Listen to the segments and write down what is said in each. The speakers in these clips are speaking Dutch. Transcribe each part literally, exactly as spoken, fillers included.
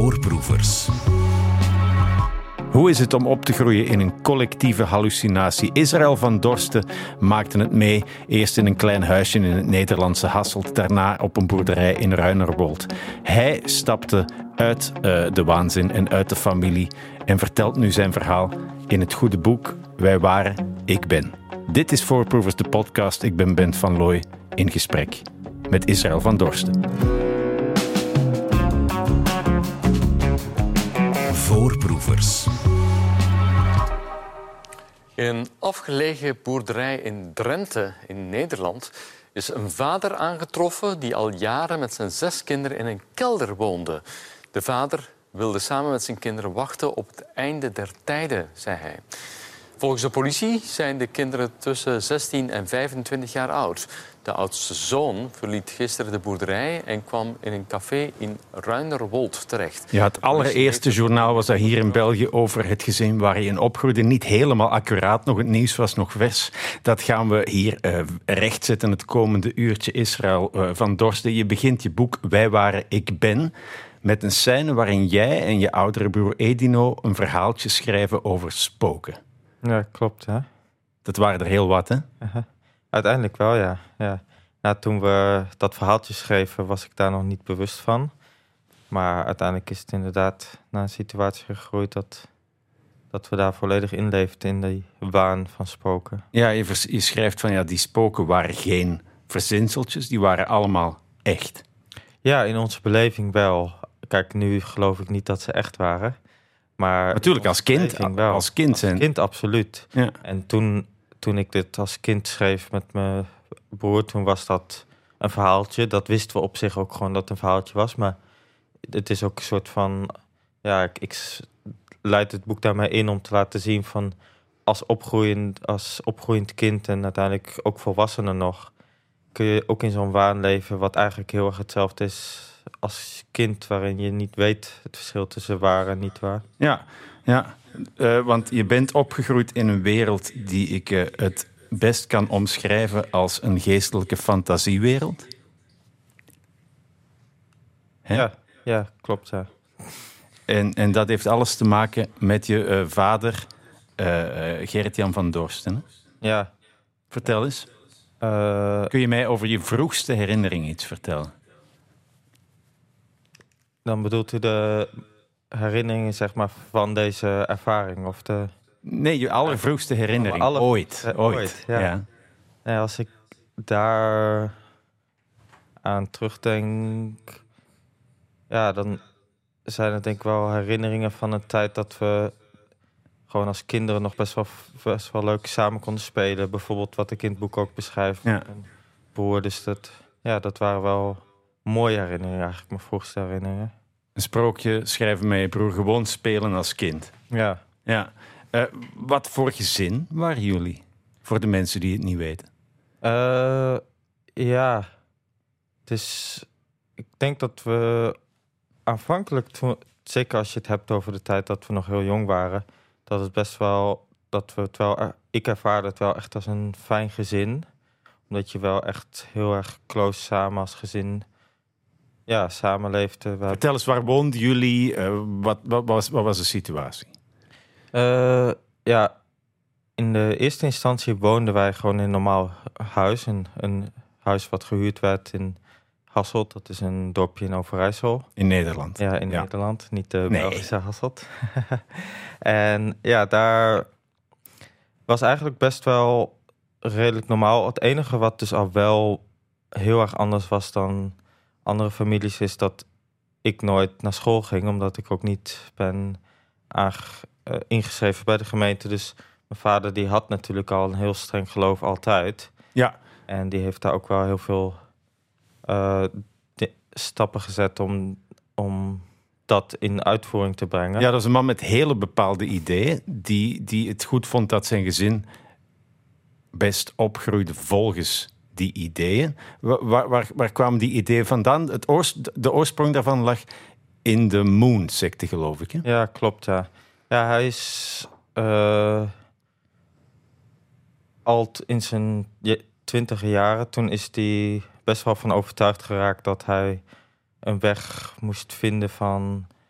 Voorproevers. Hoe is het om op te groeien in een collectieve hallucinatie? Israël van Dorsten maakte het mee. Eerst in een klein huisje in het Nederlandse Hasselt, daarna op een boerderij in Ruinerwold. Hij stapte uit uh, de waanzin en uit de familie en vertelt nu zijn verhaal in het goede boek Wij waren, ik ben. Dit is Voorproevers, de podcast. Ik ben Bent van Looy in gesprek met Israël van Dorsten. Voorproevers. In een afgelegen boerderij in Drenthe in Nederland is een vader aangetroffen die al jaren met zijn zes kinderen in een kelder woonde. De vader wilde samen met zijn kinderen wachten op het einde der tijden, zei hij. Volgens de politie zijn de kinderen tussen zestien en vijfentwintig jaar oud. De oudste zoon verliet gisteren de boerderij en kwam in een café in Ruinerwold terecht. Ja, het allereerste journaal was dat hier in België over het gezin waar je in opgroeide. Niet helemaal accuraat nog, het nieuws was nog vers. Dat gaan we hier uh, rechtzetten het komende uurtje. Israël uh, van Dorsten, je begint je boek Wij waren, ik ben met een scène waarin jij en je oudere broer Edino een verhaaltje schrijven over spoken. Ja, klopt, hè. Dat waren er heel wat, hè? Uh-huh. Uiteindelijk wel, ja. ja. Nou, toen we dat verhaaltje schreven, was ik daar nog niet bewust van. Maar uiteindelijk is het inderdaad naar een situatie gegroeid dat, dat we daar volledig in leefden, in die waan van spoken. Ja, je, vers- je schrijft van ja, die spoken waren geen verzinseltjes, die waren allemaal echt. Ja, in onze beleving wel. Kijk, nu geloof ik niet dat ze echt waren. Maar natuurlijk, als kind, wel. als kind Als zijn. kind, absoluut. Ja. En toen, toen ik dit als kind schreef met mijn broer, toen was dat een verhaaltje. Dat wisten we op zich ook gewoon dat het een verhaaltje was. Maar het is ook een soort van... Ja, ik, ik leid het boek daarmee in om te laten zien van... Als opgroeiend, als opgroeiend kind en uiteindelijk ook volwassenen nog... kun je ook in zo'n waan leven wat eigenlijk heel erg hetzelfde is... als kind, waarin je niet weet het verschil tussen waar en niet waar. Ja, ja. Uh, want je bent opgegroeid in een wereld die ik uh, het best kan omschrijven als een geestelijke fantasiewereld. Hè? Ja, ja, klopt, ja. En, en dat heeft alles te maken met je uh, vader, uh, uh, Gerrit-Jan van Dorsten. Hè? Ja. Vertel eens. Uh, Kun je mij over je vroegste herinnering iets vertellen? Dan bedoelt u de herinneringen, zeg maar, van deze ervaring? Of de... Nee, je allervroegste herinnering. Alle... Ooit. Uh, ooit. ooit ja. Ja. Ja, als ik daar aan terugdenk... Ja, dan zijn het denk ik wel herinneringen van een tijd dat we... gewoon als kinderen nog best wel, best wel leuk samen konden spelen. Bijvoorbeeld wat ik in het boek ook beschrijf. Ja. Broer, dus dat, ja, dat waren wel mooie herinneringen eigenlijk, mijn vroegste herinneringen. Een sprookje schrijven met je broer, gewoon spelen als kind. Ja. Ja. Uh, wat voor gezin waren jullie? Voor de mensen die het niet weten. Uh, ja. Het is... Ik denk dat we aanvankelijk, toen, zeker als je het hebt over de tijd dat we nog heel jong waren... dat het best wel... dat we het wel... Ik ervaarde het wel echt als een fijn gezin. Omdat je wel echt heel erg close samen als gezin... Ja, samenleefden. Vertel eens, waar woonden jullie? Uh, wat, wat, was, wat was de situatie? Uh, ja, in de eerste instantie woonden wij gewoon in een normaal huis. Een, een huis wat gehuurd werd in Hasselt. Dat is een dorpje in Overijssel. In Nederland? Ja, in ja. Nederland. Niet de nee. Belgische Hasselt. En ja, daar was eigenlijk best wel redelijk normaal. Het enige wat dus al wel heel erg anders was dan... andere families is dat ik nooit naar school ging... omdat ik ook niet ben aange- uh, ingeschreven bij de gemeente. Dus mijn vader die had natuurlijk al een heel streng geloof altijd. Ja. En die heeft daar ook wel heel veel uh, de- stappen gezet... om, om dat in uitvoering te brengen. Ja, dat is een man met hele bepaalde ideeën... die, die het goed vond dat zijn gezin best opgroeide volgens... die ideeën. Waar, waar, waar kwamen die ideeën vandaan? Het oors, de oorsprong daarvan lag in de Moon-secte, geloof ik. Hè? Ja, klopt, ja. Ja, hij is uh, al t- in zijn twintige jaren... toen is hij best wel van overtuigd geraakt... dat hij een weg moest vinden van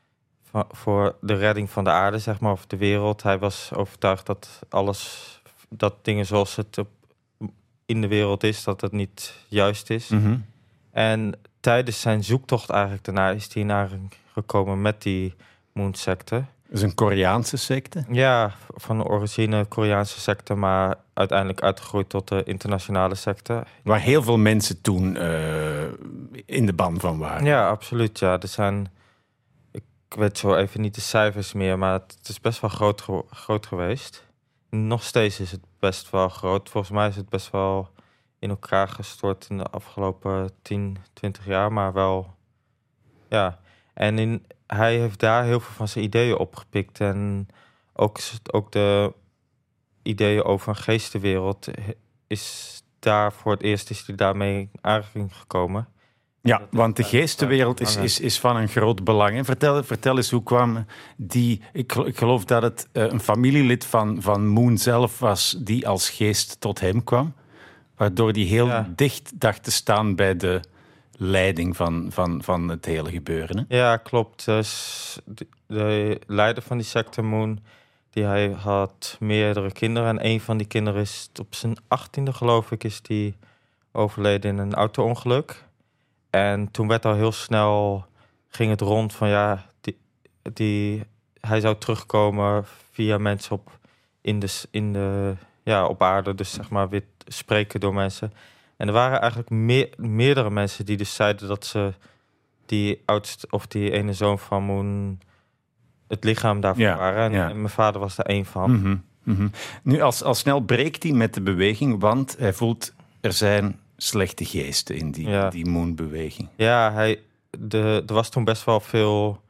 va- voor de redding van de aarde, zeg maar, of de wereld. Hij was overtuigd dat alles, dat dingen zoals het op, in de wereld is, dat het niet juist is. Mm-hmm. En tijdens zijn zoektocht eigenlijk daarna is hij naar gekomen met die Moon-secte. Dat is een Koreaanse secte. Ja, van de origine Koreaanse secte, maar uiteindelijk uitgegroeid tot de internationale secte. Waar heel veel mensen toen uh, in de ban van waren. Ja, absoluut. Ja. Er zijn, ik weet zo even niet de cijfers meer, maar het is best wel groot, ge- groot geweest. Nog steeds is het best wel groot. Volgens mij is het best wel in elkaar gestort in de afgelopen tien, twintig jaar, maar wel, ja. En in, hij heeft daar heel veel van zijn ideeën opgepikt. En ook, ook de ideeën over een geestenwereld is daar voor het eerst is hij daarmee in aanraking gekomen. Ja, want de geestenwereld is, is, is van een groot belang. Hè? Vertel, vertel eens, hoe kwam die... Ik, ik geloof dat het uh, een familielid van, van Moon zelf was die als geest tot hem kwam. Waardoor die heel ja. dicht dacht te staan bij de leiding van, van, van het hele gebeuren. Hè? Ja, klopt. Dus de, de leider van die secte Moon, die hij had meerdere kinderen. En een van die kinderen is op zijn achttiende, geloof ik, is die overleden in een auto-ongeluk. En toen werd al heel snel, ging het rond van ja, die, die, hij zou terugkomen via mensen op, in de, in de, ja, op aarde, dus zeg maar weer spreken door mensen. En er waren eigenlijk meer, meerdere mensen die dus zeiden dat ze die oudste of die ene zoon van Moon het lichaam daarvan ja, waren. En, ja. en mijn vader was er één van. Mm-hmm, mm-hmm. Nu, als, als snel breekt hij met de beweging, want hij voelt er zijn slechte geesten in die, ja. die Moon-beweging. Ja, hij, de, er was toen best wel veel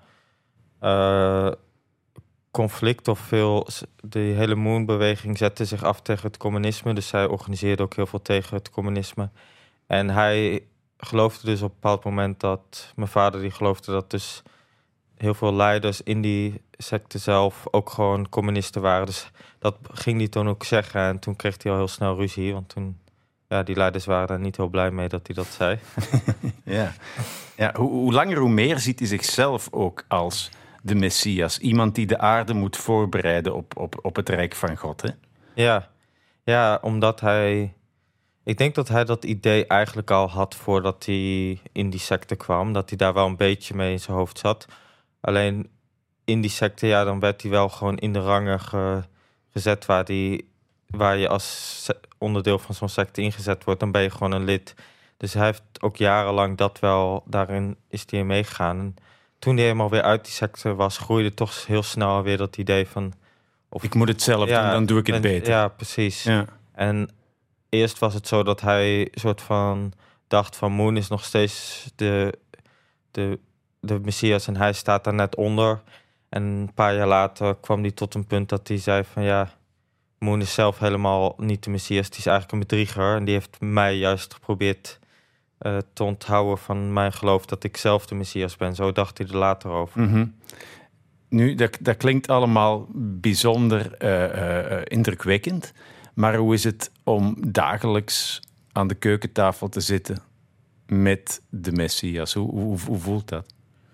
uh, conflict of veel... De hele Moon-beweging zette zich af tegen het communisme. Dus hij organiseerde ook heel veel tegen het communisme. En hij geloofde dus op een bepaald moment dat... Mijn vader die geloofde dat dus heel veel leiders in die secte zelf ook gewoon communisten waren. Dus dat ging hij toen ook zeggen. En toen kreeg hij al heel snel ruzie, want toen... Ja, die leiders waren er niet heel blij mee dat hij dat zei. ja. Ja, hoe, hoe langer hoe meer ziet hij zichzelf ook als de Messias. Iemand die de aarde moet voorbereiden op, op, op het Rijk van God, hè? Ja. ja, omdat hij... Ik denk dat hij dat idee eigenlijk al had voordat hij in die secte kwam. Dat hij daar wel een beetje mee in zijn hoofd zat. Alleen in die secte, ja, dan werd hij wel gewoon in de rangen ge, gezet waar, die, waar je als onderdeel van zo'n secte ingezet wordt. Dan ben je gewoon een lid. Dus hij heeft ook jarenlang dat wel, daarin is hij in meegegaan. En toen hij helemaal weer uit die secte was, groeide toch heel snel weer dat idee van... Of ik moet het zelf ja, doen, dan doe ik het en, beter. Ja, precies. Ja. En eerst was het zo dat hij soort van dacht van Moon is nog steeds de, de, de Messias en hij staat daar net onder. En een paar jaar later kwam hij tot een punt dat hij zei van ja, Moon is zelf helemaal niet de Messias. Die is eigenlijk een bedrieger en die heeft mij juist geprobeerd uh, te onthouden van mijn geloof dat ik zelf de Messias ben. Zo dacht hij er later over. Mm-hmm. Nu, dat, dat klinkt allemaal bijzonder uh, uh, indrukwekkend. Maar hoe is het om dagelijks aan de keukentafel te zitten met de Messias? Hoe, hoe, hoe voelt dat?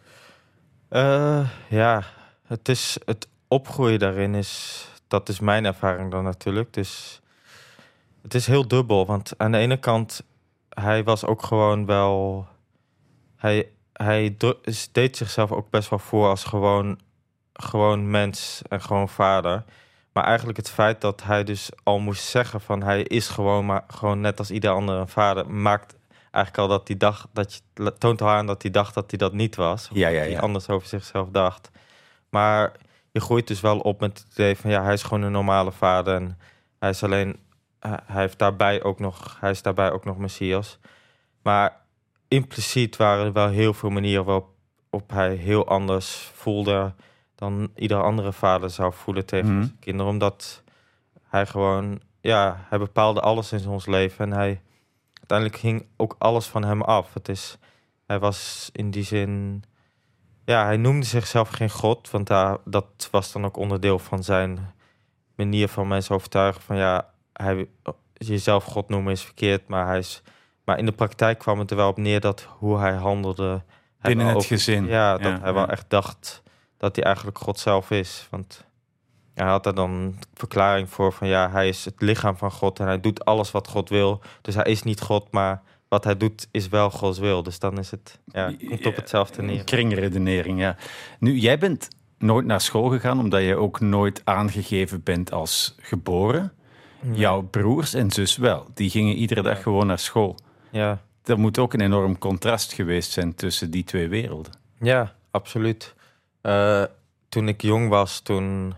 Uh, ja, het is het opgroeien daarin is, dat is mijn ervaring dan natuurlijk. Dus het is heel dubbel, want aan de ene kant, hij was ook gewoon wel, hij, hij deed zichzelf ook best wel voor als gewoon, gewoon mens en gewoon vader. Maar eigenlijk het feit dat hij dus al moest zeggen van hij is gewoon, maar gewoon net als ieder andere een vader, maakt eigenlijk al dat hij dacht, dat je toont al aan dat hij dacht dat hij dat niet was. Of ja, ja, dat hij ja. anders over zichzelf dacht. Maar je groeit dus wel op met het idee van ja, hij is gewoon een normale vader en hij is alleen, hij heeft daarbij ook nog, hij is daarbij ook nog Messias. Maar impliciet waren er wel heel veel manieren waarop op hij heel anders voelde dan ieder andere vader zou voelen tegen mm-hmm. zijn kinderen. Omdat hij gewoon, ja, hij bepaalde alles in ons leven. En hij, uiteindelijk hing ook alles van hem af. Het is, hij was in die zin, ja, hij noemde zichzelf geen god. Want daar, dat was dan ook onderdeel van zijn manier van mensen overtuigen. Van ja, hij, jezelf god noemen is verkeerd. Maar, hij is, maar in de praktijk kwam het er wel op neer dat hoe hij handelde. Binnen hij het ook, gezin. Ja, dat ja, hij ja. wel echt dacht dat hij eigenlijk God zelf is. Want hij had er dan een verklaring voor van ja, hij is het lichaam van God en hij doet alles wat God wil. Dus hij is niet God, maar wat hij doet is wel Gods wil. Dus dan is het, ja, komt op hetzelfde neer. Kringredenering, ja. Nu, jij bent nooit naar school gegaan, omdat je ook nooit aangegeven bent als geboren. Ja. Jouw broers en zus wel. Die gingen iedere dag Ja. gewoon naar school. Ja. Er moet ook een enorm contrast geweest zijn tussen die twee werelden. Ja, absoluut. Uh, toen ik jong was, toen...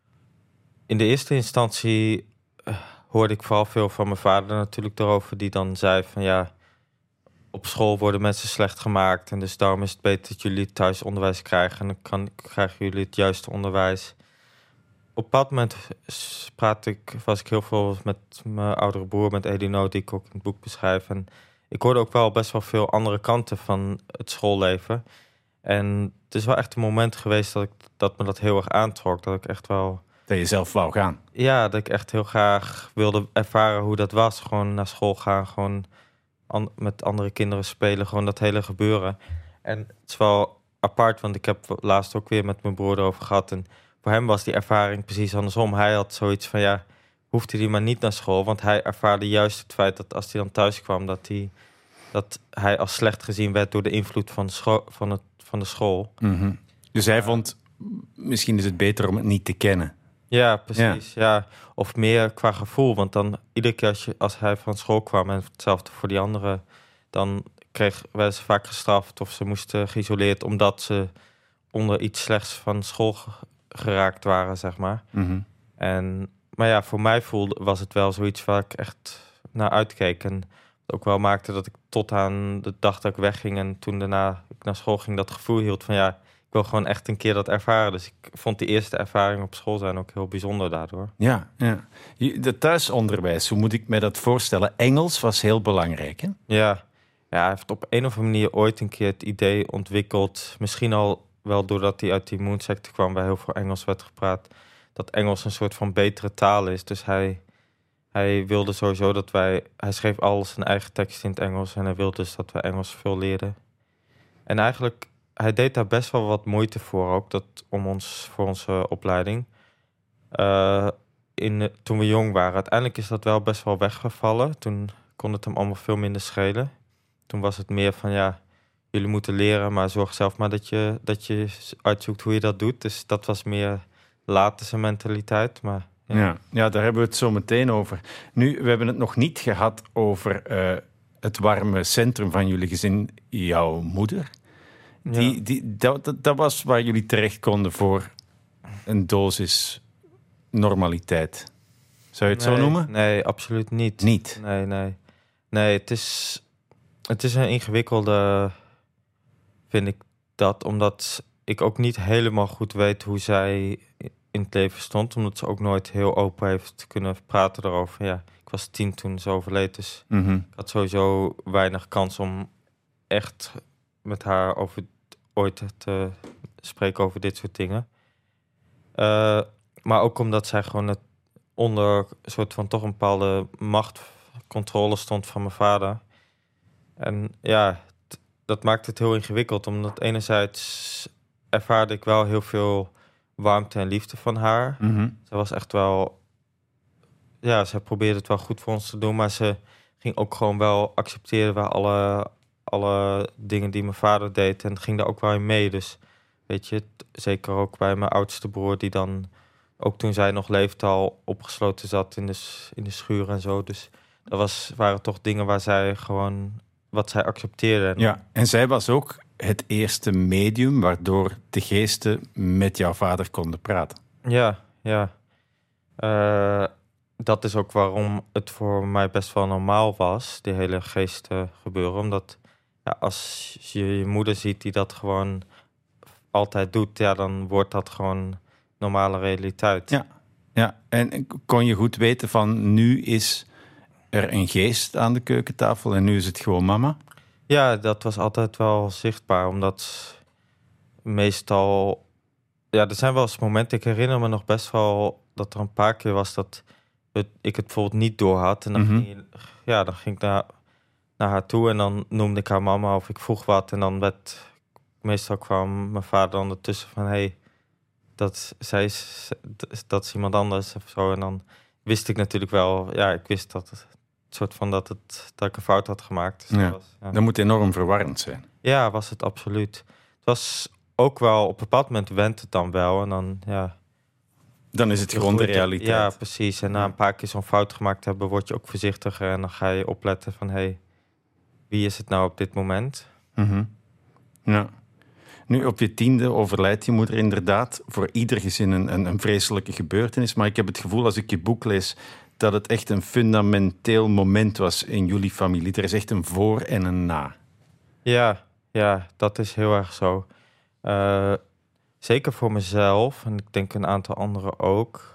In de eerste instantie uh, hoorde ik vooral veel van mijn vader natuurlijk erover, die dan zei van ja, op school worden mensen slecht gemaakt en dus daarom is het beter dat jullie thuis onderwijs krijgen en dan kan, krijgen jullie het juiste onderwijs. Op een bepaald moment praat ik, was ik heel veel met mijn oudere broer, met Edino, die ik ook in het boek beschrijf. En ik hoorde ook wel best wel veel andere kanten van het schoolleven. En het is wel echt een moment geweest dat, ik, dat me dat heel erg aantrok. Dat ik echt wel... Dat je zelf wou gaan. Ja, dat ik echt heel graag wilde ervaren hoe dat was. Gewoon naar school gaan, gewoon an- met andere kinderen spelen. Gewoon dat hele gebeuren. En het is wel apart, want ik heb laatst ook weer met mijn broer erover gehad. En voor hem was die ervaring precies andersom. Hij had zoiets van, ja, hoefde hij maar niet naar school. Want hij ervaarde juist het feit dat als hij dan thuis kwam, dat hij, dat hij als slecht gezien werd door de invloed van de, scho- van het, van de school. Mm-hmm. Dus hij vond, misschien is het beter om het niet te kennen. Ja, precies. Ja. Ja. Of meer qua gevoel. Want dan iedere keer als, je, als hij van school kwam, en hetzelfde voor die anderen, dan kreeg, werden ze vaak gestraft of ze moesten geïsoleerd omdat ze onder iets slechts van school geraakt waren, zeg maar. Mm-hmm. En, maar ja, voor mij voelde, was het wel zoiets waar ik echt naar uitkeek. En het ook wel maakte dat ik tot aan de dag dat ik wegging en toen daarna ik naar school ging, dat gevoel hield van ja, ik wil gewoon echt een keer dat ervaren. Dus ik vond die eerste ervaring op school zijn ook heel bijzonder daardoor. Ja, ja. De thuisonderwijs, hoe moet ik me dat voorstellen? Engels was heel belangrijk, hè? Ja. Ja, hij heeft op een of andere manier ooit een keer het idee ontwikkeld, misschien al wel doordat hij uit die Moonsector kwam, waar heel veel Engels werd gepraat, dat Engels een soort van betere taal is. Dus hij, hij wilde sowieso dat wij... Hij schreef al zijn eigen tekst in het Engels en hij wilde dus dat we Engels veel leerden. En eigenlijk, hij deed daar best wel wat moeite voor ook, dat, om ons, voor onze opleiding. Uh, in, toen we jong waren. Uiteindelijk is dat wel best wel weggevallen. Toen kon het hem allemaal veel minder schelen. Toen was het meer van, ja, jullie moeten leren, maar zorg zelf maar dat je, dat je uitzoekt hoe je dat doet. Dus dat was meer later zijn mentaliteit. Maar, ja. Ja, ja, daar hebben we het zo meteen over. Nu, we hebben het nog niet gehad over uh, het warme centrum van jullie gezin, jouw moeder. Die, ja. die, dat, dat, dat was waar jullie terecht konden voor een dosis normaliteit. Zou je het nee, zo noemen? Nee, absoluut niet. Niet? Nee, nee. Nee, het is, het is een ingewikkelde, vind ik dat, omdat ik ook niet helemaal goed weet hoe zij in het leven stond, omdat ze ook nooit heel open heeft kunnen praten erover. Ja, ik was tien toen ze overleed, dus mm-hmm. ik had sowieso weinig kans om echt met haar over ooit te spreken over dit soort dingen. Uh, maar ook omdat zij gewoon het onder een soort van toch een bepaalde machtcontrole stond van mijn vader. En ja, t- dat maakt het heel ingewikkeld, omdat enerzijds ervaarde ik wel heel veel warmte en liefde van haar. Mm-hmm. Ze was echt wel... Ja, ze probeerde het wel goed voor ons te doen, maar ze ging ook gewoon wel accepteren waar alle, alle dingen die mijn vader deed en ging daar ook wel in mee. Dus weet je, t- zeker ook bij mijn oudste broer, die dan ook toen zij nog leefde al opgesloten zat in de, in de schuur en zo. Dus dat was, waren toch dingen waar zij gewoon, wat zij accepteerde. Ja, en zij was ook het eerste medium waardoor de geesten met jouw vader konden praten. Ja, ja. Uh, dat is ook waarom het voor mij best wel normaal was, die hele geesten gebeuren. Omdat ja, als je je moeder ziet die dat gewoon altijd doet, ja, dan wordt dat gewoon normale realiteit. Ja, ja. En kon je goed weten van nu is er een geest aan de keukentafel en nu is het gewoon mama? Ja, dat was altijd wel zichtbaar, omdat meestal... Ja, er zijn wel eens momenten, ik herinner me nog best wel dat er een paar keer was dat ik het bijvoorbeeld niet door had. En dan, mm-hmm. ging, ja, dan ging ik naar, naar haar toe en dan noemde ik haar mama of ik vroeg wat. En dan werd, meestal kwam mijn vader dan ertussen van, hé, hey, dat zij is, dat is iemand anders of zo. En dan wist ik natuurlijk wel, ja, ik wist dat het soort van dat, het, dat ik een fout had gemaakt. Dus Ja. dat, was, ja. Dat moet enorm verwarrend zijn. Ja, was het absoluut. Het was ook wel, op een bepaald moment went het dan wel. En dan, ja... Dan is het gewoon de realiteit. Ja, precies. En na een paar keer zo'n fout gemaakt hebben, word je ook voorzichtiger. En dan ga je opletten van, hé, hey, wie is het nou op dit moment? Mm-hmm. Ja. Nu, op je tiende overlijdt je moeder inderdaad. Voor ieder gezin een, een, een vreselijke gebeurtenis. Maar ik heb het gevoel, als ik je boek lees, dat het echt een fundamenteel moment was in jullie familie. Er is echt een voor en een na. Ja, ja, dat is heel erg zo. Uh, zeker voor mezelf, en ik denk een aantal anderen ook.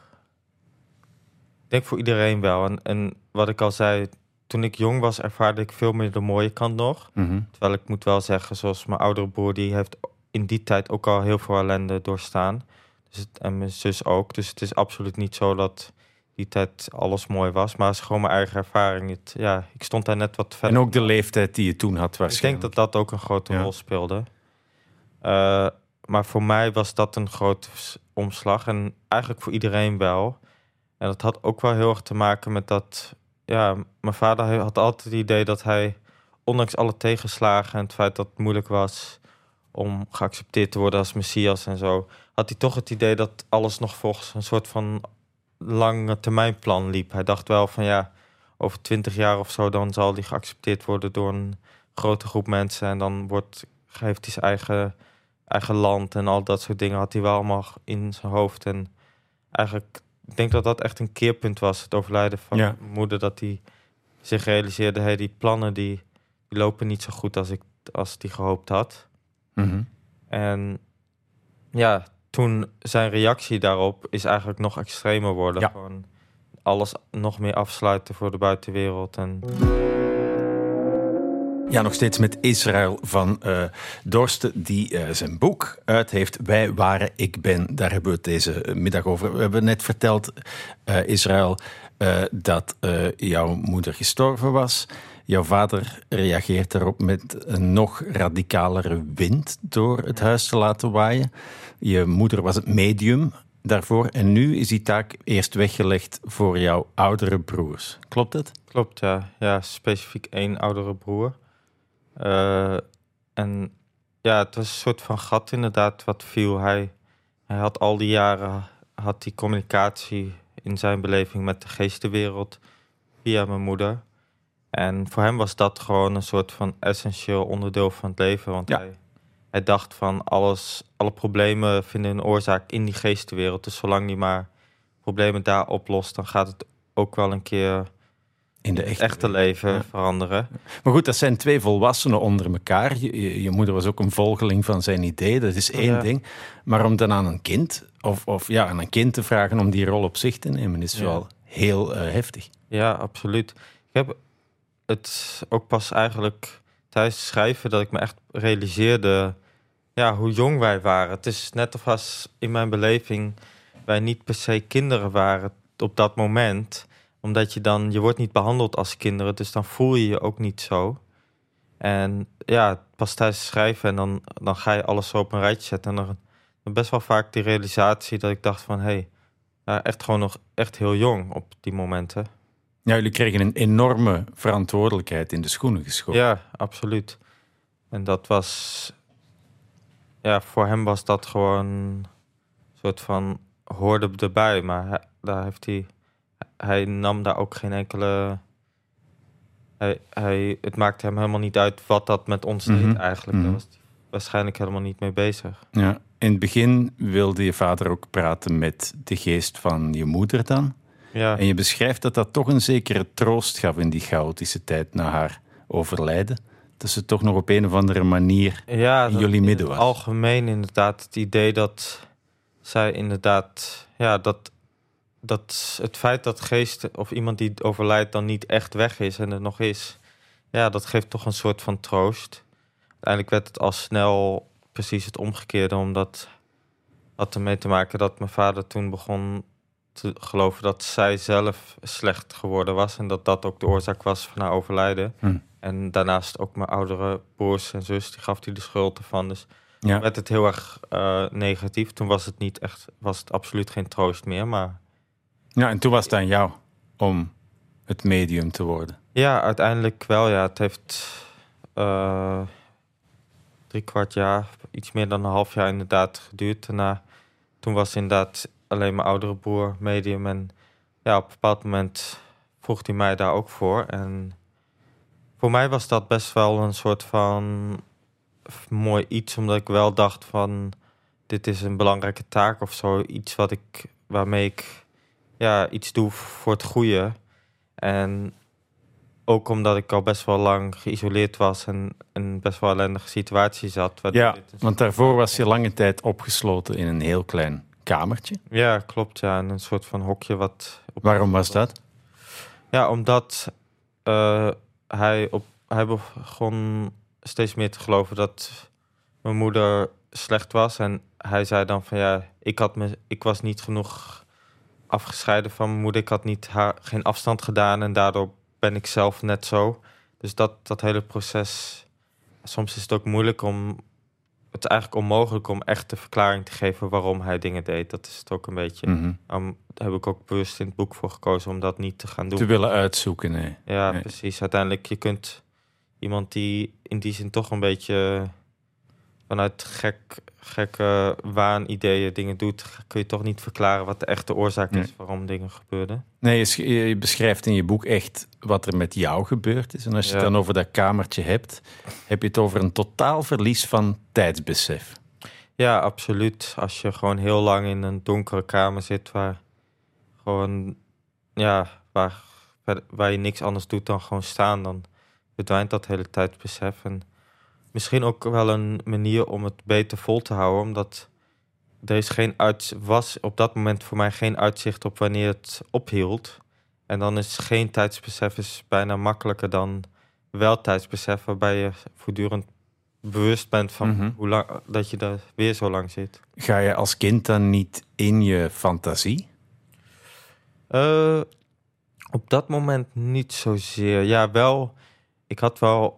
Ik denk voor iedereen wel. En, en wat ik al zei, toen ik jong was, ervaarde ik veel meer de mooie kant nog. Mm-hmm. Terwijl ik moet wel zeggen, zoals mijn oudere broer, die heeft in die tijd ook al heel veel ellende doorstaan. Dus het, en mijn zus ook. Dus het is absoluut niet zo dat die tijd alles mooi was. Maar het is gewoon mijn eigen ervaring. Het, ja, ik stond daar net wat verder. En ook de leeftijd die je toen had waarschijnlijk. Ik denk dat dat ook een grote ja. rol speelde. Uh, maar voor mij was dat een grote omslag. En eigenlijk voor iedereen wel. En dat had ook wel heel erg te maken met dat... Ja, mijn vader had altijd het idee dat hij, ondanks alle tegenslagen en het feit dat het moeilijk was om geaccepteerd te worden als Messias en zo, had hij toch het idee dat alles nog volgens een soort van lange termijnplan liep. Hij dacht wel van ja, over twintig jaar of zo, dan zal hij geaccepteerd worden door een grote groep mensen en dan wordt, heeft hij zijn eigen, eigen land en al dat soort dingen had hij wel allemaal in zijn hoofd. En eigenlijk... Ik denk dat dat echt een keerpunt was, het overlijden van ja. mijn moeder. Dat hij zich realiseerde, hey, die plannen die, die lopen niet zo goed als ik als die gehoopt had. Mm-hmm. En ja, toen zijn reactie daarop is eigenlijk nog extremer worden. Ja. Gewoon alles nog meer afsluiten voor de buitenwereld. En... Ja, nog steeds met Israël van uh, Dorsten, die uh, zijn boek uit heeft. Wij waren, ik ben. Daar hebben we het deze middag over. We hebben net verteld, uh, Israël, uh, dat uh, jouw moeder gestorven was. Jouw vader reageert daarop met een nog radicalere wind door het huis te laten waaien. Je moeder was het medium daarvoor. En nu is die taak eerst weggelegd voor jouw oudere broers. Klopt het? Klopt, ja. Ja, specifiek één oudere broer. Uh, en ja, het was een soort van gat inderdaad wat viel. Hij, hij had al die jaren had die communicatie in zijn beleving met de geestenwereld via mijn moeder. En voor hem was dat gewoon een soort van essentieel onderdeel van het leven. Want ja. hij, hij dacht van alles, alle problemen vinden een oorzaak in die geestenwereld. Dus zolang hij maar problemen daar oplost, dan gaat het ook wel een keer... in de echte, echte leven ja. veranderen. Maar goed, dat zijn twee volwassenen onder elkaar. Je, je, je moeder was ook een volgeling van zijn idee, dat is één ja. ding. Maar om dan aan een kind, of, of ja, aan een kind te vragen om die rol op zich te nemen, is ja. wel heel uh, heftig. Ja, absoluut. Ik heb het ook pas eigenlijk tijdens het schrijven dat ik me echt realiseerde ja, hoe jong wij waren. Het is net of als in mijn beleving wij niet per se kinderen waren op dat moment... Omdat je dan, je wordt niet behandeld als kinderen, dus dan voel je je ook niet zo. En ja, pas tijdens het schrijven en dan, dan ga je alles zo op een rijtje zetten. En dan, dan best wel vaak die realisatie dat ik dacht van, hé, hey, ja, echt gewoon nog echt heel jong op die momenten. Ja, jullie kregen een enorme verantwoordelijkheid in de schoenen geschoven. Ja, absoluut. En dat was, ja, voor hem was dat gewoon een soort van, hoorde erbij. Maar hij, daar heeft hij... Hij nam daar ook geen enkele... Hij, hij, het maakte hem helemaal niet uit wat dat met ons deed mm-hmm. eigenlijk. Daar was hij waarschijnlijk helemaal niet mee bezig. Ja, in het begin wilde je vader ook praten met de geest van je moeder dan. Ja. En je beschrijft dat dat toch een zekere troost gaf in die chaotische tijd na haar overlijden. Dat ze toch nog op een of andere manier ja, in jullie midden was. In het algemeen inderdaad het idee dat zij inderdaad... Ja, dat... dat het feit dat geest of iemand die overlijdt dan niet echt weg is en er nog is, ja, dat geeft toch een soort van troost. Uiteindelijk werd het al snel precies het omgekeerde, omdat had ermee te maken dat mijn vader toen begon te geloven dat zij zelf slecht geworden was en dat dat ook de oorzaak was van haar overlijden. Hm. En daarnaast ook mijn oudere broers en zus, die gaf hij de schuld ervan. Dus Ja. Werd het heel erg uh, negatief. Toen was het niet echt, was het absoluut geen troost meer. Maar... Ja, en toen was het aan jou om het medium te worden. Ja, uiteindelijk wel. Ja, het heeft uh, drie kwart jaar, iets meer dan een half jaar inderdaad geduurd. Daarna, toen was inderdaad alleen mijn oudere broer medium. En ja, op een bepaald moment vroeg hij mij daar ook voor. En voor mij was dat best wel een soort van mooi iets, omdat ik wel dacht van, dit is een belangrijke taak of zo. Iets wat ik, waarmee ik ja, iets doe voor het goede. En ook omdat ik al best wel lang geïsoleerd was en een best wel ellendige situatie zat. Ja, want daarvoor was je lange tijd opgesloten in een heel klein kamertje. Ja, klopt. Ja, en een soort van hokje wat... Waarom was dat? Ja, omdat uh, hij, op, hij begon steeds meer te geloven dat mijn moeder slecht was. En hij zei dan van ja, ik, had me, ik was niet genoeg afgescheiden van mijn moeder. Ik had niet haar, geen afstand gedaan en daardoor ben ik zelf net zo. Dus dat, dat hele proces... Soms is het ook moeilijk om... Het is eigenlijk onmogelijk om echt de verklaring te geven waarom hij dingen deed. Dat is het ook een beetje. Mm-hmm. Um, daar heb ik ook bewust in het boek voor gekozen om dat niet te gaan doen. Te willen uitzoeken, nee. Ja, nee. precies. Uiteindelijk, je kunt iemand die in die zin toch een beetje vanuit gek, gekke waanideeën dingen doet, kun je toch niet verklaren wat de echte oorzaak nee. is waarom dingen gebeurden. Nee, je, je beschrijft in je boek echt wat er met jou gebeurd is. En als je ja. het dan over dat kamertje hebt, heb je het over een totaal verlies van tijdsbesef. Ja, absoluut. Als je gewoon heel lang in een donkere kamer zit waar gewoon, ja, waar, waar je niks anders doet dan gewoon staan, dan verdwijnt dat hele tijdsbesef. En misschien ook wel een manier om het beter vol te houden, omdat er is geen uit, was op dat moment voor mij geen uitzicht op wanneer het ophield. En dan is geen tijdsbesef is bijna makkelijker dan wel tijdsbesef, waarbij je voortdurend bewust bent van mm-hmm. hoe lang dat je daar weer zo lang zit. Ga je als kind dan niet in je fantasie? Uh, op dat moment niet zozeer. Ja, wel. Ik had wel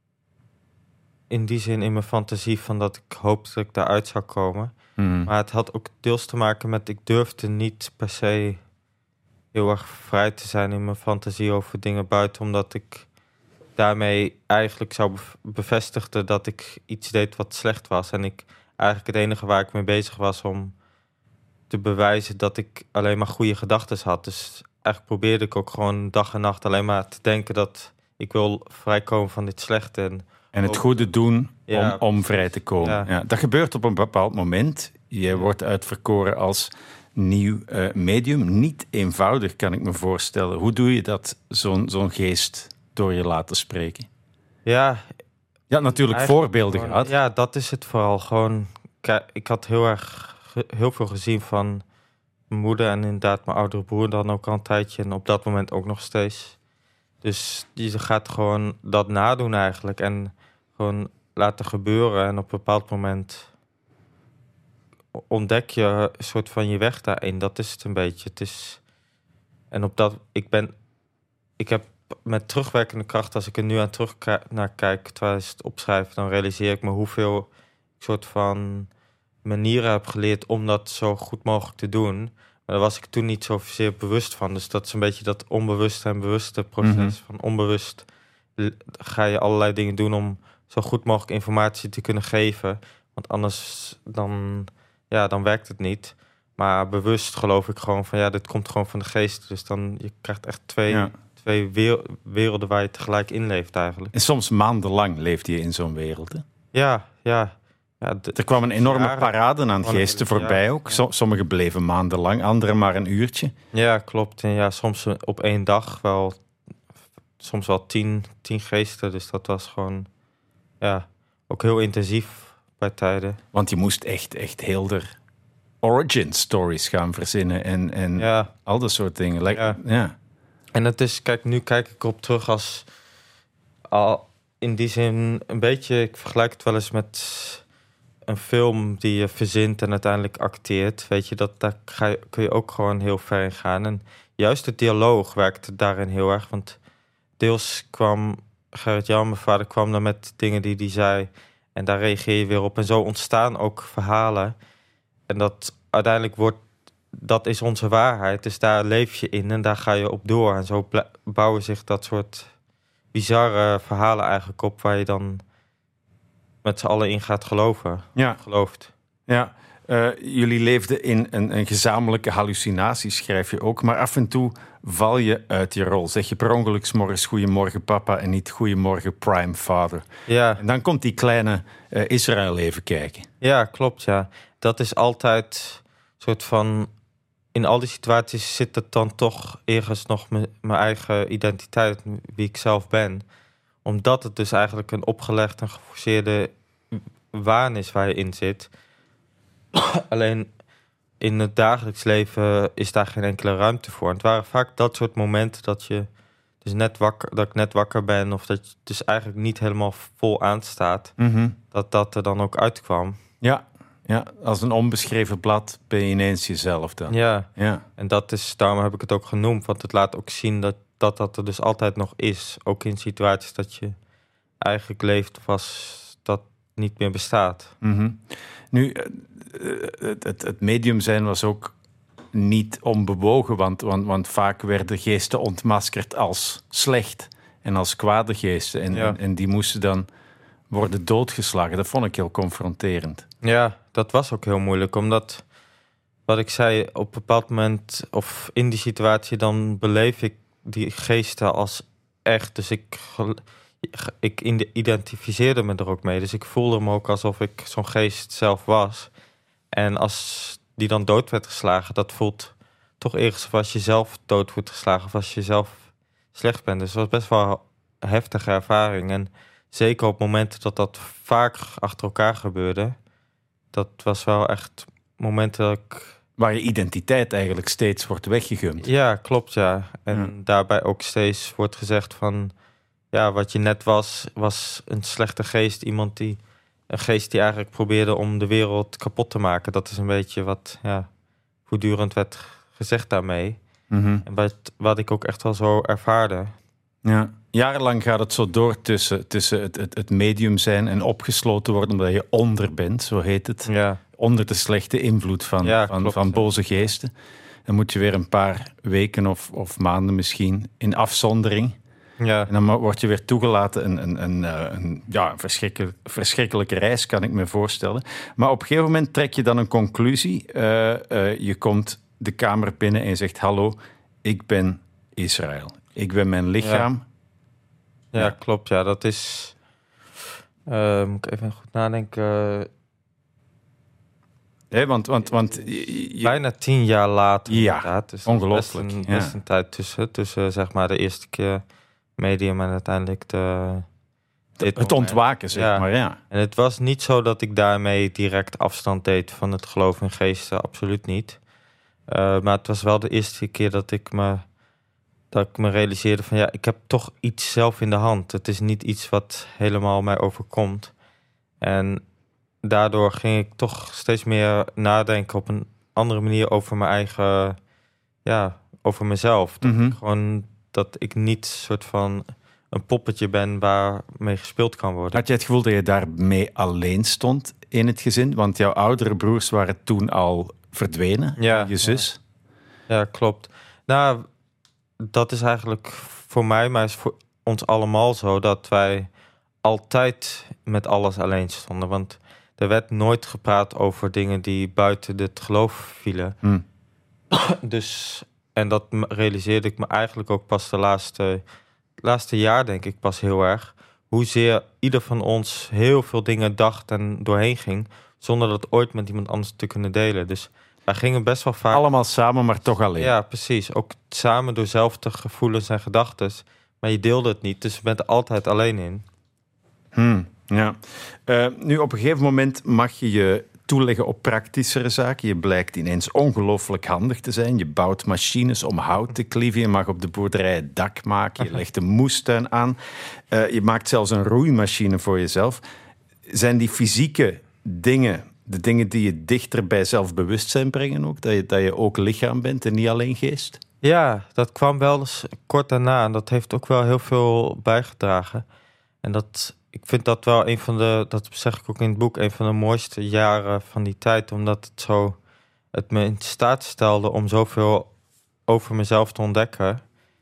in die zin in mijn fantasie van dat ik hoopte dat ik daaruit zou komen. Mm. Maar het had ook deels te maken met ik durfde niet per se heel erg vrij te zijn in mijn fantasie over dingen buiten, omdat ik daarmee eigenlijk zou bevestigen dat ik iets deed wat slecht was. En ik eigenlijk het enige waar ik mee bezig was om te bewijzen dat ik alleen maar goede gedachten had. Dus eigenlijk probeerde ik ook gewoon dag en nacht alleen maar te denken dat ik wil vrijkomen van dit slechte. En, en het goede doen ja, om, om vrij te komen. Ja. Ja, dat gebeurt op een bepaald moment. Je wordt uitverkoren als nieuw uh, medium. Niet eenvoudig, kan ik me voorstellen. Hoe doe je dat, zo'n, zo'n geest door je laten spreken? Ja, je had natuurlijk voorbeelden gewoon, gehad. Ja, dat is het vooral. Gewoon, ik had heel erg heel veel gezien van mijn moeder en inderdaad mijn oudere broer dan ook al een tijdje. En op dat moment ook nog steeds. Dus je gaat gewoon dat nadoen eigenlijk. En gewoon laten gebeuren. En op een bepaald moment ontdek je een soort van je weg daarin. Dat is het een beetje. Het is... En op dat... Ik ben... Ik heb met terugwerkende kracht, als ik er nu aan terug naar kijk, terwijl ik het opschrijf, dan realiseer ik me hoeveel soort van manieren heb geleerd om dat zo goed mogelijk te doen. Maar daar was ik toen niet zozeer bewust van. Dus dat is een beetje dat onbewuste en bewuste proces. Mm-hmm. Van onbewust ga je allerlei dingen doen om zo goed mogelijk informatie te kunnen geven. Want anders dan, ja, dan werkt het niet. Maar bewust geloof ik gewoon van ja, dit komt gewoon van de geest. Dus dan je krijgt echt twee... Ja. Twee werelden waar je tegelijk in leeft eigenlijk. En soms maandenlang leefde je in zo'n wereld, hè? Ja, ja. ja de, er kwam een enorme jaren, parade aan geesten voorbij ja, ook. Ja. Sommigen bleven maandenlang, anderen maar een uurtje. Ja, klopt. En ja, soms op één dag wel, soms wel tien, tien geesten. Dus dat was gewoon, ja, ook heel intensief bij tijden. Want je moest echt, echt heel de origin stories gaan verzinnen en, en ja. al dat soort dingen. Like, ja. ja. En het is, kijk, nu kijk ik op terug als al in die zin een beetje, ik vergelijk het wel eens met een film die je verzint en uiteindelijk acteert. Weet je, dat daar ga je, kun je ook gewoon heel ver in gaan. En juist de dialoog werkte daarin heel erg, want deels kwam Gerrit Jan, mijn vader, kwam dan met dingen die hij zei. En daar reageer je weer op. En zo ontstaan ook verhalen. En dat uiteindelijk wordt... Dat is onze waarheid. Dus daar leef je in en daar ga je op door. En zo bouwen zich dat soort bizarre verhalen eigenlijk op... waar je dan met z'n allen in gaat geloven. Ja. Gelooft. Ja. Uh, jullie leefden in een, een gezamenlijke hallucinatie, schrijf je ook. Maar af en toe val je uit je rol. Zeg je per ongeluk 's morgens goeiemorgen papa en niet goeiemorgen prime father. Ja. En dan komt die kleine uh, Israël even kijken. Ja, klopt, ja. Dat is altijd een soort van... In al die situaties zit het dan toch ergens nog mijn eigen identiteit, wie ik zelf ben. Omdat het dus eigenlijk een opgelegd en geforceerde waan is waar je in zit... Alleen in het dagelijks leven is daar geen enkele ruimte voor. En het waren vaak dat soort momenten dat je dus net wakker, dat ik net wakker ben... of dat je dus eigenlijk niet helemaal vol aanstaat... Mm-hmm. dat dat er dan ook uitkwam. Ja, ja, als een onbeschreven blad ben je ineens jezelf dan. Ja, ja. En dat is, daarom heb ik het ook genoemd... want het laat ook zien dat dat, dat er dus altijd nog is. Ook in situaties dat je eigenlijk leeft of als dat niet meer bestaat. Mm-hmm. Nu... Het, het, het medium zijn was ook niet onbewogen, want, want, want vaak werden geesten ontmaskerd als slecht en als kwade geesten. En, ja. en, en die moesten dan worden doodgeslagen. Dat vond ik heel confronterend. Ja, dat was ook heel moeilijk, omdat wat ik zei, op een bepaald moment of in die situatie, dan beleef ik die geesten als echt. Dus ik, ik identificeerde me er ook mee. Dus ik voelde me ook alsof ik zo'n geest zelf was. En als die dan dood werd geslagen, dat voelt toch ergens of als je zelf dood wordt geslagen of als je zelf slecht bent. Dus het was best wel een heftige ervaring. En zeker op momenten dat dat vaak achter elkaar gebeurde, dat was wel echt momenten dat ik... Waar je identiteit eigenlijk steeds wordt weggegumd. Ja, klopt, ja. En ja. daarbij ook steeds wordt gezegd van... Ja, wat je net was, was een slechte geest. Iemand die... Een geest die eigenlijk probeerde om de wereld kapot te maken. Dat is een beetje wat ja, voortdurend werd gezegd daarmee. Mm-hmm. En wat, wat ik ook echt wel zo ervaarde. Ja. Jarenlang gaat het zo door tussen, tussen het, het, het medium zijn en opgesloten worden... omdat je onder bent, zo heet het. Ja. Onder de slechte invloed van, ja, van, klopt, van boze geesten. Dan moet je weer een paar weken of, of maanden misschien in afzondering... Ja. En dan word je weer toegelaten. Een, een, een, een, ja, een verschrikkelijk, verschrikkelijke reis, kan ik me voorstellen. Maar op een gegeven moment trek je dan een conclusie. Uh, uh, je komt de kamer binnen en je zegt... Hallo, ik ben Israël. Ik ben mijn lichaam. Ja, ja, ja. Klopt. Ja, dat is... Uh, moet ik even goed nadenken... Hey, want, want, want je... Bijna tien jaar later. Ja, inderdaad. Dus ongelooflijk. Best een, best ja. een tijd tussen. Tussen zeg maar de eerste keer medium en uiteindelijk de... Dit het ontwaken, zeg ja. maar, ja. En het was niet zo dat ik daarmee direct afstand deed van het geloof in geesten. Absoluut niet. Uh, maar het was wel de eerste keer dat ik me... dat ik me realiseerde van ja, ik heb toch iets zelf in de hand. Het is niet iets wat helemaal mij overkomt. En daardoor ging ik toch steeds meer nadenken op een andere manier over mijn eigen, ja, over mezelf. Dat mm-hmm. ik gewoon dat ik niet soort van een poppetje ben waarmee gespeeld kan worden. Had jij het gevoel dat je daarmee alleen stond in het gezin? Want jouw oudere broers waren toen al verdwenen, ja, je zus. Ja. ja, klopt. Nou, dat is eigenlijk voor mij, maar is voor ons allemaal zo dat wij altijd met alles alleen stonden. Want er werd nooit gepraat over dingen die buiten het geloof vielen. Hmm. Dus, en dat realiseerde ik me eigenlijk ook pas de laatste, laatste jaar, denk ik, pas heel erg. Hoezeer ieder van ons heel veel dingen dacht en doorheen ging, zonder dat ooit met iemand anders te kunnen delen. Dus wij gingen best wel vaak... Allemaal samen, maar toch alleen. Ja, precies. Ook samen door zelfde gevoelens en gedachten. Maar je deelde het niet, dus je bent er altijd alleen in. Hmm, ja. Uh, nu, op een gegeven moment mag je je toeleggen op praktischere zaken. Je blijkt ineens ongelooflijk handig te zijn. Je bouwt machines om hout te klieven. Je mag op de boerderij het dak maken. Je legt een moestuin aan. Uh, je maakt zelfs een roeimachine voor jezelf. Zijn die fysieke dingen... de dingen die je dichter bij zelfbewustzijn brengen ook? Dat je, dat je ook lichaam bent en niet alleen geest? Ja, dat kwam wel eens kort daarna. En dat heeft ook wel heel veel bijgedragen. En dat ik vind dat wel een van de, dat zeg ik ook in het boek, een van de mooiste jaren van die tijd. Omdat het zo, het me in staat stelde om zoveel over mezelf te ontdekken.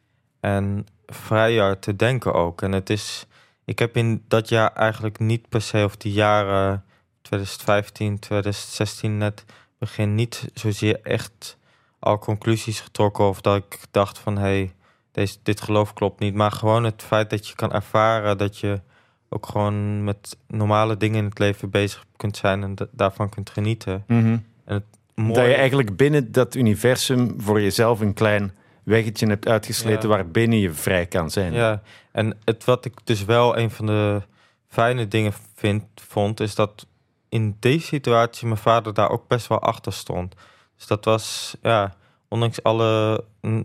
En vrijer te denken ook. En het is, ik heb in dat jaar eigenlijk niet per se, of die jaren twintig vijftien, twintig zestien net begin, niet zozeer echt al conclusies getrokken of dat ik dacht van hé, hey, deze, dit geloof klopt niet. Maar gewoon het feit dat je kan ervaren dat je ook gewoon met normale dingen in het leven bezig kunt zijn en d- daarvan kunt genieten. Mm-hmm. En het mooie... Dat je eigenlijk binnen dat universum voor jezelf een klein weggetje hebt uitgesleten, ja, waarbinnen je vrij kan zijn. Ja, en het, wat ik dus wel een van de fijne dingen vind, vond, is dat in deze situatie mijn vader daar ook best wel achter stond. Dus dat was, ja, ondanks alle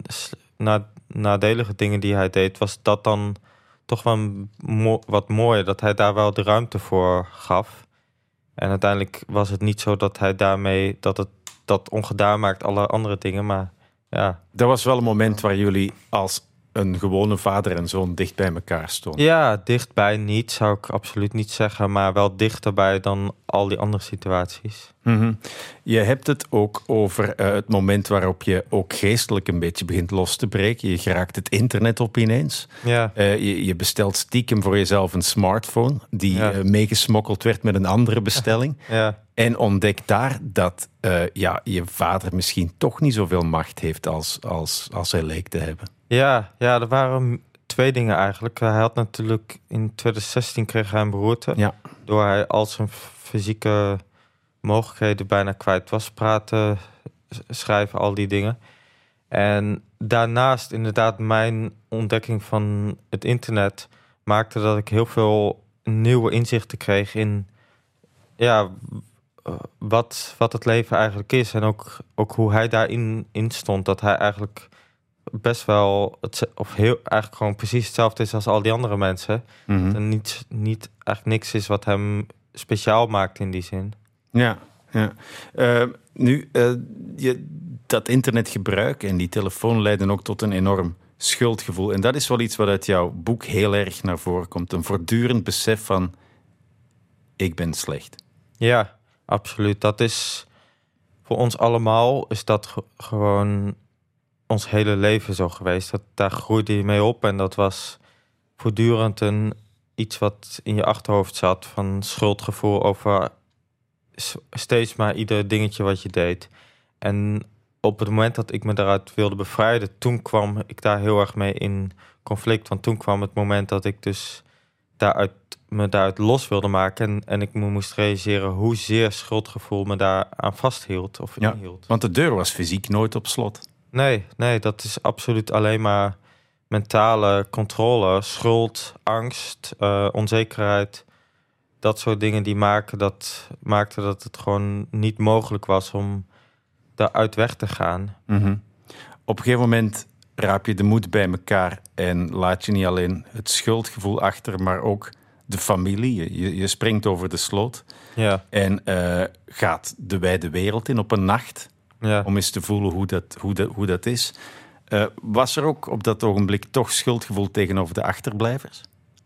na, nadelige dingen die hij deed, was dat dan toch wel mo- wat mooier, dat hij daar wel de ruimte voor gaf. En uiteindelijk was het niet zo dat hij daarmee, dat het dat ongedaan maakt, alle andere dingen, maar ja. Dat was wel een moment waar jullie als een gewone vader en zoon dicht bij elkaar stonden. Ja, dichtbij niet, zou ik absoluut niet zeggen, maar wel dichterbij dan al die andere situaties. Mm-hmm. Je hebt het ook over uh, het moment waarop je ook geestelijk een beetje begint los te breken. Je geraakt het internet op ineens. Ja. Uh, je, je bestelt stiekem voor jezelf een smartphone die ja. uh, meegesmokkeld werd met een andere bestelling. Ja. En ontdek daar dat uh, ja, je vader misschien toch niet zoveel macht heeft als, als, als hij leek te hebben. Ja, ja, er waren twee dingen eigenlijk. Hij had natuurlijk in twintig zestien kreeg hij een beroerte. Ja. Door hij al zijn fysieke mogelijkheden bijna kwijt was. Praten, schrijven, al die dingen. En daarnaast inderdaad mijn ontdekking van het internet maakte dat ik heel veel nieuwe inzichten kreeg in ja, wat, wat het leven eigenlijk is. En ook, ook hoe hij daarin in stond. Dat hij eigenlijk best wel, het, of heel, eigenlijk gewoon precies hetzelfde is als al die andere mensen. Mm-hmm. En niet, niet eigenlijk niks is wat hem speciaal maakt in die zin. Ja, ja. Uh, nu, uh, je, dat internetgebruik en die telefoon leiden ook tot een enorm schuldgevoel. En dat is wel iets wat uit jouw boek heel erg naar voren komt. Een voortdurend besef van, ik ben slecht. Ja, absoluut. Dat is, voor ons allemaal is dat ge- gewoon ons hele leven zo geweest. Dat, daar groeide je mee op en dat was voortdurend een, iets wat in je achterhoofd zat van schuldgevoel over steeds maar ieder dingetje wat je deed. En op het moment dat ik me daaruit wilde bevrijden, toen kwam ik daar heel erg mee in conflict. Want toen kwam het moment dat ik dus daaruit, me daaruit los wilde maken. En, en ik me moest realiseren hoezeer schuldgevoel me daar aan vasthield of ja, inhield. Want de deur was fysiek nooit op slot. Nee, nee, dat is absoluut alleen maar mentale controle, schuld, angst, uh, onzekerheid. Dat soort dingen die maken dat, maakten dat het gewoon niet mogelijk was om daaruit weg te gaan. Mm-hmm. Op een gegeven moment raap je de moed bij elkaar en laat je niet alleen het schuldgevoel achter, maar ook de familie. Je, je springt over de sloot ja. en uh, gaat de wijde wereld in op een nacht. Ja. Om eens te voelen hoe dat, hoe dat, hoe dat is. Uh, was er ook op dat ogenblik toch schuldgevoel tegenover de achterblijvers?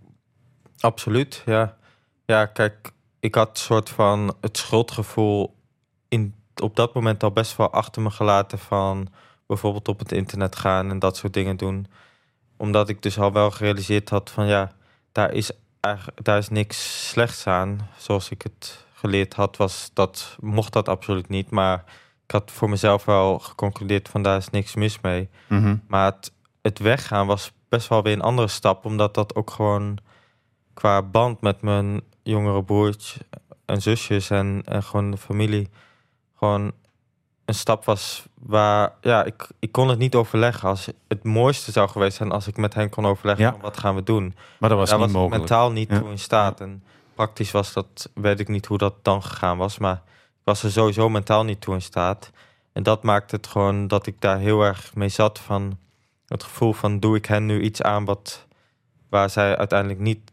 Absoluut, ja. Ja, kijk, ik had een soort van het schuldgevoel in, op dat moment al best wel achter me gelaten van bijvoorbeeld op het internet gaan en dat soort dingen doen. Omdat ik dus al wel gerealiseerd had van ja, daar is, eigenlijk, daar is niks slechts aan. Zoals ik het geleerd had, was dat, mocht dat absoluut niet, maar ik had voor mezelf wel geconcludeerd van daar is niks mis mee. Mm-hmm. Maar het, het weggaan was best wel weer een andere stap. Omdat dat ook gewoon qua band met mijn jongere broertje en zusjes en, en gewoon de familie gewoon een stap was waar, ja, ik, ik kon het niet overleggen. Als het mooiste zou geweest zijn als ik met hen kon overleggen ja. van wat gaan we doen. Maar dat was Daar niet was mogelijk. Ik mentaal niet ja. toe in staat. En praktisch was dat, weet ik niet hoe dat dan gegaan was, maar ik was er sowieso mentaal niet toe in staat. En dat maakte het gewoon dat ik daar heel erg mee zat van het gevoel van doe ik hen nu iets aan wat waar zij uiteindelijk niet,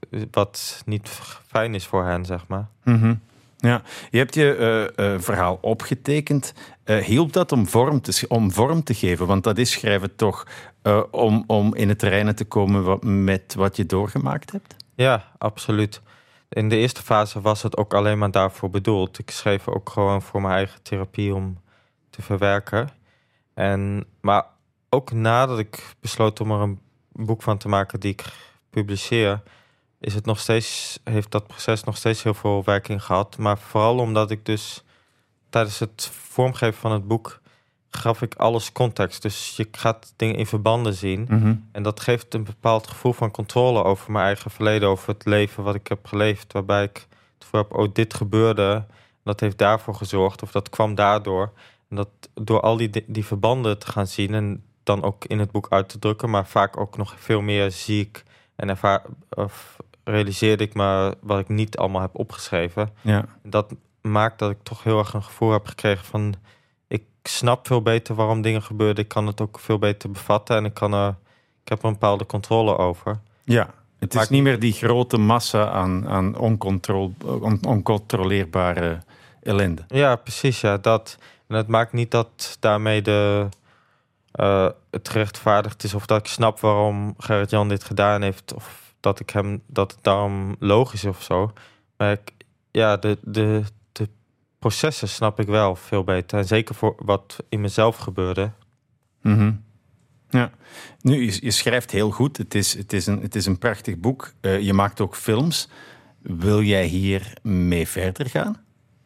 wat niet fijn is voor hen, zeg maar. Mm-hmm. Ja, je hebt je uh, uh, verhaal opgetekend. Uh, hielp dat om vorm, te, om vorm te geven? Want dat is schrijven toch uh, om, om in het reinen te komen wat, met wat je doorgemaakt hebt? Ja, absoluut. In de eerste fase was het ook alleen maar daarvoor bedoeld. Ik schreef ook gewoon voor mijn eigen therapie om te verwerken. En, maar ook nadat ik besloot om er een boek van te maken die ik publiceer, is het nog steeds, heeft dat proces nog steeds heel veel werking gehad. Maar vooral omdat ik dus tijdens het vormgeven van het boek gaf ik alles context. Dus je gaat dingen in verbanden zien. Mm-hmm. En dat geeft een bepaald gevoel van controle over mijn eigen verleden, over het leven wat ik heb geleefd. Waarbij ik het gevoel heb, oh, dit gebeurde. Dat heeft daarvoor gezorgd, of dat kwam daardoor. En dat door al die, die verbanden te gaan zien en dan ook in het boek uit te drukken, maar vaak ook nog veel meer zie ik en ervaar, of realiseerde ik me wat ik niet allemaal heb opgeschreven. Ja. Dat maakt dat ik toch heel erg een gevoel heb gekregen van, ik snap veel beter waarom dingen gebeuren. Ik kan het ook veel beter bevatten en ik, kan er, ik heb er een bepaalde controle over. Ja, het is Maar niet meer die grote massa aan, aan oncontrole, on, oncontroleerbare ellende. Ja, precies. Ja, dat. En het maakt niet dat daarmee de, uh, het gerechtvaardigd is of dat ik snap waarom Gerrit-Jan dit gedaan heeft, of dat ik hem dat het daarom logisch is of zo. Maar ik, ja, de, de, de processen snap ik wel veel beter. En zeker voor wat in mezelf gebeurde. Mm-hmm. Ja. Nu, je, je schrijft heel goed. Het is, het is, een, het is een prachtig boek. Uh, je maakt ook films. Wil jij hier mee verder gaan?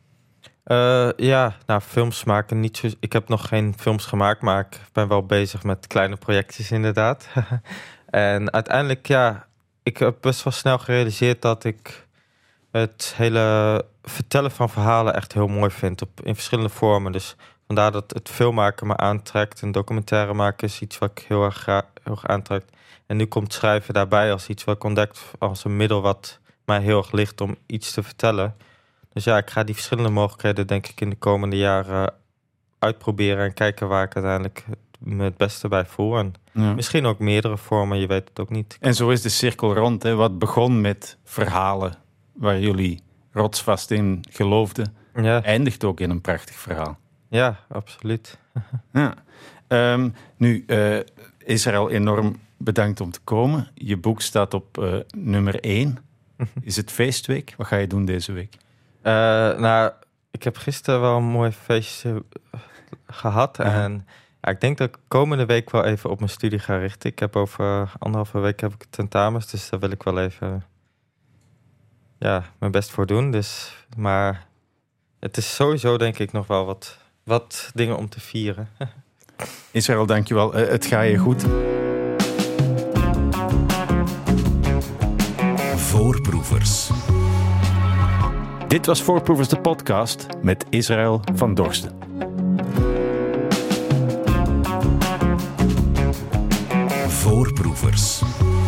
Uh, ja, nou, films maken niet zo. Ik heb nog geen films gemaakt, maar ik ben wel bezig met kleine projectjes inderdaad. En uiteindelijk, ja, ik heb best wel snel gerealiseerd dat ik het hele vertellen van verhalen echt heel mooi vind, op, in verschillende vormen. Dus vandaar dat het filmmaken me aantrekt en documentaire maken is iets wat ik heel erg, heel erg aantrekt. En nu komt schrijven daarbij als iets wat ik ontdekt als een middel wat mij heel erg ligt om iets te vertellen. Dus ja, ik ga die verschillende mogelijkheden denk ik in de komende jaren uitproberen en kijken waar ik uiteindelijk me het beste bij voel. En Ja. misschien ook meerdere vormen, je weet het ook niet. En zo is de cirkel rond. Hè. Wat begon met verhalen waar jullie rotsvast in geloofden, Ja, eindigt ook in een prachtig verhaal. ja, absoluut. Ja. Um, nu, uh, Israël, enorm bedankt om te komen. Je boek staat op uh, nummer één. Is het feestweek? Wat ga je doen deze week? Uh, nou, ik heb gisteren wel een mooi feestje gehad. Ja. En ja, ik denk dat ik komende week wel even op mijn studie ga richten. Ik heb over anderhalve week heb ik tentamens, dus daar wil ik wel even ja, mijn best voor doen. Dus, maar het is sowieso denk ik nog wel wat, wat dingen om te vieren. Israël, dankjewel. Uh, het gaat je goed. Voorproevers. Dit was Voorproevers, de podcast met Israël van Dorsten. Voorproevers.